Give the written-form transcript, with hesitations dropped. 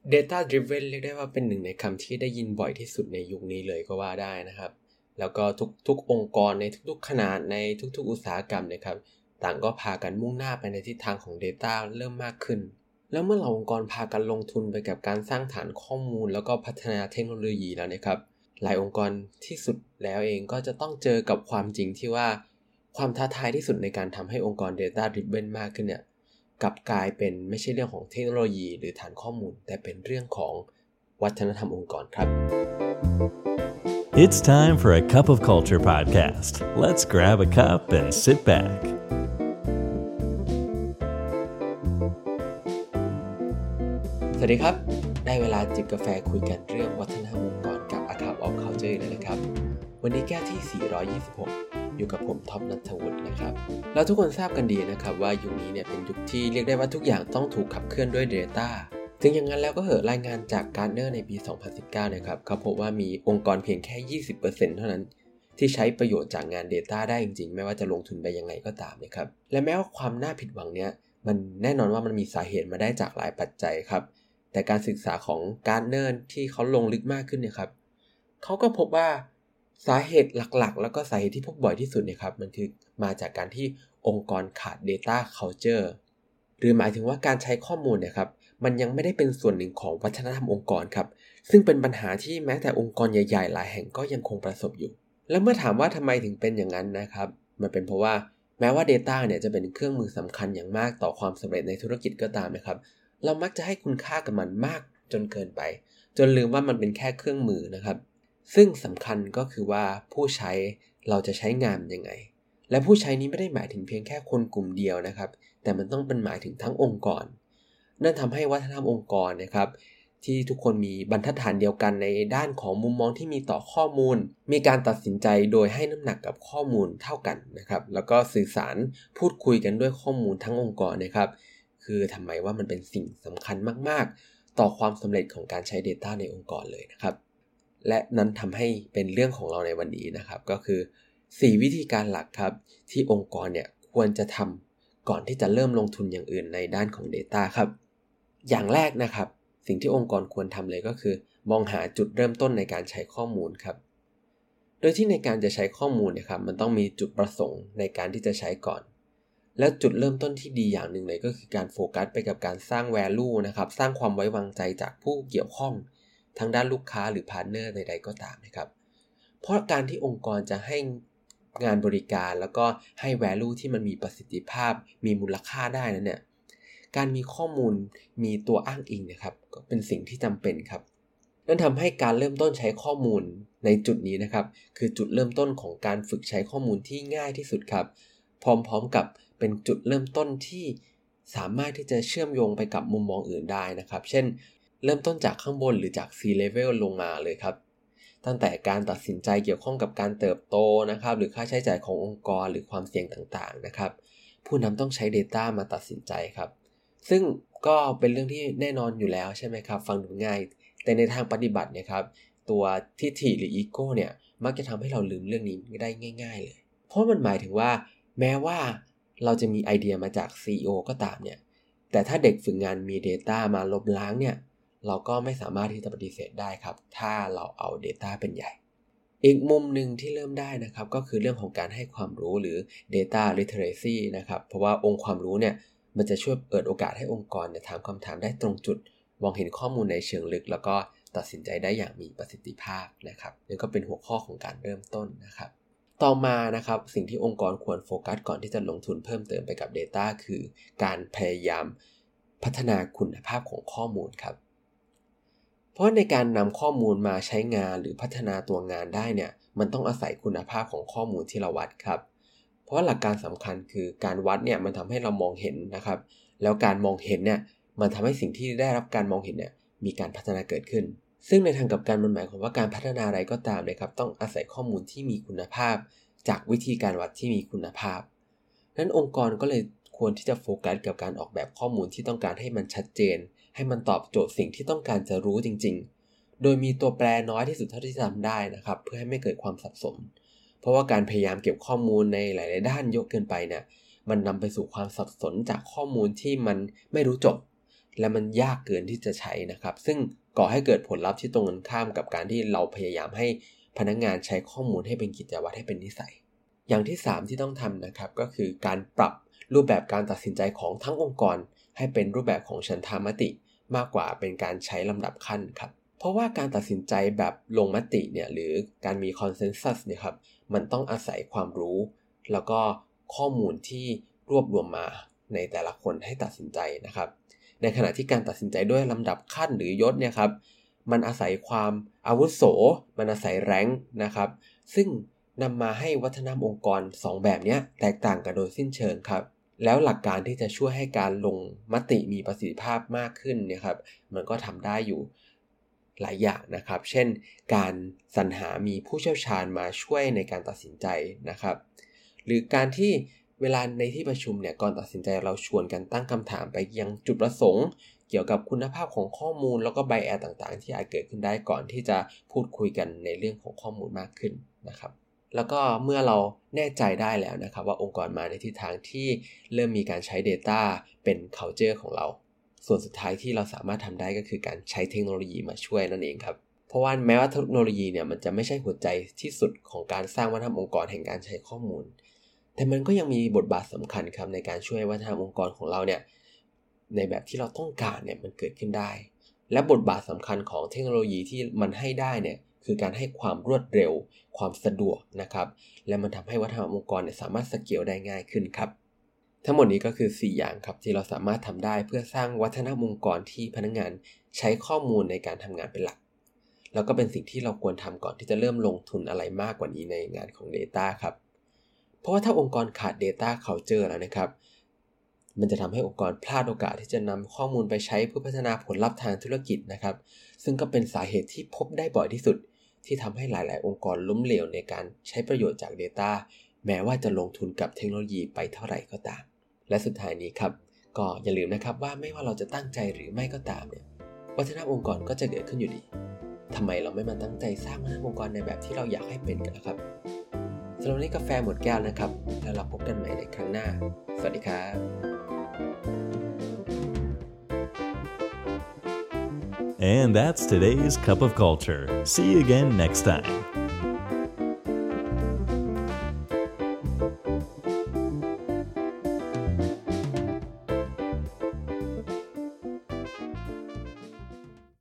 Data Driven เรียกได้ว่าเป็นหนึ่งในคำที่ได้ยินบ่อยที่สุดในยุคนี้เลยก็ว่าได้นะครับแล้วก็ทุกองค์กรในทุกๆขนาดในทุกๆอุตสาหกรรมนะครับต่างก็พากันมุ่งหน้าไปในทิศทางของ Data เริ่มมากขึ้นแล้วเมื่อเราองค์กรพากันลงทุนไปกับการสร้างฐานข้อมูลแล้วก็พัฒนาเทคโนโลยีแล้วนะครับหลายองค์กรที่สุดแล้วเองก็จะต้องเจอกับความจริงที่ว่าความท้าทายที่สุดในการทำให้องค์กร Data Driven มากขึ้นเนี่ยกลับกลายเป็นไม่ใช่เรื่องของเทคโนโลยีหรือฐานข้อมูลแต่เป็นเรื่องของวัฒนธรรมองค์กรครับ It's time for a cup of culture podcast. Let's grab a cup and sit back. สวัสดีครับได้เวลาจิบกาแฟคุยกันเรื่องวัฒนธรรมองค์กรกับ A Cup of Culture แล้วนะครับวันนี้แก้วที่426อยู่กับผมท็อปณัฐวุฒินะครับเราทุกคนทราบกันดีนะครับว่ายุคนี้เนี่ยเป็นยุคที่เรียกได้ว่าทุกอย่างต้องถูกขับเคลื่อนด้วย Data ถึงอย่างนั้นแล้วก็รายงานจาก Gartner ในปี 2019 นะครับเขาพบว่ามีองค์กรเพียงแค่ 20% เท่านั้นที่ใช้ประโยชน์จากงาน Data ได้จริงๆไม่ว่าจะลงทุนไปยังไงก็ตามนะครับและแม้ว่าความน่าผิดหวังเนี่ยมันแน่นอนว่ามันมีสาเหตุมาได้จากหลายปัจจัยครับแต่การศึกษาของ Gartner ที่เขาลงลึกมากขึ้นเนี่ยครับเขาก็พบว่าสาเหตุหลักๆแล้วก็สาเหตุที่พบบ่อยที่สุดเนี่ยครับมันคือมาจากการที่องค์กรขาด Data Culture หรือหมายถึงว่าการใช้ข้อมูลเนี่ยครับมันยังไม่ได้เป็นส่วนหนึ่งของวัฒนธรรมองค์กรครับซึ่งเป็นปัญหาที่แม้แต่องค์กรใหญ่ๆหลายแห่งก็ยังคงประสบอยู่แล้วเมื่อถามว่าทำไมถึงเป็นอย่างนั้นนะครับมันเป็นเพราะว่าแม้ว่า Data เนี่ยจะเป็นเครื่องมือสำคัญอย่างมากต่อความสำเร็จในธุรกิจก็ตามนะครับเรามักจะให้คุณค่ากับมันมากจนเกินไปจนลืมว่ามันเป็นแค่เครื่องมือนะครับซึ่งสำคัญก็คือว่าผู้ใช้เราจะใช้งานยังไงและผู้ใช้นี้ไม่ได้หมายถึงเพียงแค่คนกลุ่มเดียวนะครับแต่มันต้องเป็นหมายถึงทั้งองค์กรนั่นทำให้วัฒนธรรมองค์กรนะครับที่ทุกคนมีบรรทัดฐานเดียวกันในด้านของมุมมองที่มีต่อข้อมูลมีการตัดสินใจโดยให้น้ำหนักกับข้อมูลเท่ากันนะครับแล้วก็สื่อสารพูดคุยกันด้วยข้อมูลทั้งองค์กรนะครับคือทำไมว่ามันเป็นสิ่งสำคัญมากๆต่อความสำเร็จของการใช้ Data ในองค์กรเลยนะครับและนั้นทำให้เป็นเรื่องของเราในวันนี้นะครับก็คือ4วิธีการหลักครับที่องค์กรเนี่ยควรจะทำก่อนที่จะเริ่มลงทุนอย่างอื่นในด้านของ Data ครับอย่างแรกนะครับสิ่งที่องค์กรควรทำเลยก็คือมองหาจุดเริ่มต้นในการใช้ข้อมูลครับโดยที่ในการจะใช้ข้อมูลนะครับมันต้องมีจุดประสงค์ในการที่จะใช้ก่อนแล้วจุดเริ่มต้นที่ดีอย่างหนึ่งเลยก็คือการโฟกัสไปกับการสร้าง value นะครับสร้างความไว้วางใจจากผู้เกี่ยวข้องทางด้านลูกค้าหรือพาร์ทเนอร์ใดๆก็ตามนะครับเพราะการที่องค์กรจะให้งานบริการแล้วก็ให้ value ที่มันมีประสิทธิภาพมีมูลค่าได้นั้นเนี่ยการมีข้อมูลมีตัวอ้างอิงนะครับก็เป็นสิ่งที่จำเป็นครับนั่นทำให้การเริ่มต้นใช้ข้อมูลในจุดนี้นะครับคือจุดเริ่มต้นของการฝึกใช้ข้อมูลที่ง่ายที่สุดครับพร้อมๆกับเป็นจุดเริ่มต้นที่สามารถที่จะเชื่อมโยงไปกับมุมมองอื่นได้นะครับเช่นเริ่มต้นจากข้างบนหรือจาก C-level ลงมาเลยครับตั้งแต่การตัดสินใจเกี่ยวข้องกับการเติบโตนะครับหรือค่าใช้จ่ายขององค์กรหรือความเสี่ยงต่างๆนะครับผู้นำต้องใช้ Data มาตัดสินใจครับซึ่งก็เป็นเรื่องที่แน่นอนอยู่แล้วใช่ไหมครับฟังดูง่ายแต่ในทางปฏิบัติเนี่ยครับตัวทิฐิหรืออีโก้เนี่ยมักจะทำให้เราลืมเรื่องนี้ได้ง่ายๆเลยเพราะมันหมายถึงว่าแม้ว่าเราจะมีไอเดียมาจาก CEO ก็ตามเนี่ยแต่ถ้าเด็กฝึกงานมี Data มาลบล้างเนี่ยเราก็ไม่สามารถที่จะปฏิเสธได้ครับถ้าเราเอา Data เป็นใหญ่อีกมุมหนึ่งที่เริ่มได้นะครับก็คือเรื่องของการให้ความรู้หรือ Data Literacy นะครับเพราะว่าองค์ความรู้เนี่ยมันจะช่วยเปิดโอกาสให้องค์กรเนี่ยถามคำถามได้ตรงจุดมองเห็นข้อมูลในเชิงลึกแล้วก็ตัดสินใจได้อย่างมีประสิทธิภาพนะครับนี่ก็เป็นหัวข้อของการเริ่มต้นนะครับต่อมานะครับสิ่งที่องค์กรควรโฟกัสก่อนที่จะลงทุนเพิ่มเติมไปกับ Data คือการพยายามพัฒนาคุณภาพของข้อมูลครับเพราะในการนำข้อมูลมาใช้งานหรือพัฒนาตัวงานได้เนี่ยมันต้องอาศัยคุณภาพของข้อมูลที่เราวัดครับเพราะหลักการสำคัญคือการวัดเนี่ยมันทำให้เรามองเห็นนะครับแล้วการมองเห็นเนี่ยมันทำให้สิ่งที่ได้รับการมองเห็นเนี่ยมีการพัฒนาเกิดขึ้นซึ่งในทางกลับกันมันหมายความว่าการพัฒนาอะไรก็ตามนะครับต้องอาศัยข้อมูลที่มีคุณภาพจากวิธีการวัดที่มีคุณภาพนั้นองค์กรก็เลยควรที่จะโฟกัสกับการออกแบบข้อมูลที่ต้องการให้มันชัดเจนให้มันตอบโจทย์สิ่งที่ต้องการจะรู้จริงๆโดยมีตัวแปรน้อยที่สุดเท่าที่จะทำได้นะครับเพื่อให้ไม่เกิดความสับสนเพราะว่าการพยายามเก็บข้อมูลในหลายๆด้านเยอะเกินไปเนี่ยมันนำไปสู่ความสับสนจากข้อมูลที่มันไม่รู้จบและมันยากเกินที่จะใช้นะครับซึ่งก่อให้เกิดผลลัพธ์ที่ตรงกันข้ามกับการที่เราพยายามให้พนักงานใช้ข้อมูลให้เป็นกิจวัตรให้เป็นนิสัยอย่างที่3ที่ต้องทำนะครับก็คือการปรับรูปแบบการตัดสินใจของทั้งองค์กรให้เป็นรูปแบบของฉันทามติมากกว่าเป็นการใช้ลำดับขั้นครับเพราะว่าการตัดสินใจแบบลงมติเนี่ยหรือการมีคอนเซนแซสเนี่ยครับมันต้องอาศัยความรู้แล้วก็ข้อมูลที่รวบรวมมาในแต่ละคนให้ตัดสินใจนะครับในขณะที่การตัดสินใจด้วยลำดับขั้นหรือยศเนี่ยครับมันอาศัยความอาวุโสมันอาศัยแรงค์นะครับซึ่งนำมาให้วัฒนธรรมองค์กร2แบบนี้แตกต่างกันโดยสิ้นเชิงครับแล้วหลักการที่จะช่วยให้การลงมติมีประสิทธิภาพมากขึ้นเนี่ยครับมันก็ทำได้อยู่หลายอย่างนะครับเช่นการสรรหามีผู้เชี่ยวชาญมาช่วยในการตัดสินใจนะครับหรือการที่เวลาในที่ประชุมเนี่ยก่อนตัดสินใจเราชวนกันตั้งคำถามไปยังจุดประสงค์เกี่ยวกับคุณภาพของข้อมูลแล้วก็ไบแอสต่างๆที่อาจเกิดขึ้นได้ก่อนที่จะพูดคุยกันในเรื่องของข้อมูลมากขึ้นนะครับแล้วก็เมื่อเราแน่ใจได้แล้วนะครับว่าองค์กรมาในทิศทางที่เริ่มมีการใช้ Data เป็น culture ของเราส่วนสุดท้ายที่เราสามารถทำได้ก็คือการใช้เทคโนโลยีมาช่วยนั่นเองครับเพราะว่าแม้ว่าเทคโนโลยีเนี่ยมันจะไม่ใช่หัวใจที่สุดของการสร้างวัฒนธรรมองค์กรแห่งการใช้ข้อมูลแต่มันก็ยังมีบทบาทสำคัญครับในการช่วยวัฒนธรรมองค์กรของเราเนี่ยในแบบที่เราต้องการเนี่ยมันเกิดขึ้นได้และบทบาทสำคัญของเทคโนโลยีที่มันให้ได้เนี่ยคือการให้ความรวดเร็วความสะดวกนะครับและมันทำให้วัฒนธรรมองค์กรเนี่ยสามารถสเกลได้ง่ายขึ้นครับทั้งหมดนี้ก็คือ4อย่างครับที่เราสามารถทำได้เพื่อสร้างวัฒนธรรมองค์กรที่พนักงานใช้ข้อมูลในการทำงานเป็นหลักแล้วก็เป็นสิ่งที่เราควรทำก่อนที่จะเริ่มลงทุนอะไรมากกว่านี้ในงานของ Data ครับเพราะว่าถ้าองค์กรขาด Data Culture แล้วนะครับมันจะทำให้องค์กรพลาดโอกาสที่จะนำข้อมูลไปใช้เพื่อพัฒนาผลลัพธ์ทางธุรกิจนะครับซึ่งก็เป็นสาเหตุที่พบได้บ่อยที่สุดที่ทำให้หลายๆองค์กรล้มเหลวในการใช้ประโยชน์จาก Data แม้ว่าจะลงทุนกับเทคโนโลยีไปเท่าไหร่ก็ตามและสุดท้ายนี้ครับก็อย่าลืมนะครับว่าไม่ว่าเราจะตั้งใจหรือไม่ก็ตามเนี่ยวัฒนธรรมองค์กรก็จะเกิดขึ้นอยู่ดีทำไมเราไม่มาตั้งใจสร้างวัฒนธรรมองค์กรในแบบที่เราอยากให้เป็นกันนะครับสำหรับวันนี้กาแฟหมดแก้วนะครับแล้วเราพบกันใหม่ในครั้งหน้าสวัสดีครับ And that's today's Cup of Culture. See you again next time.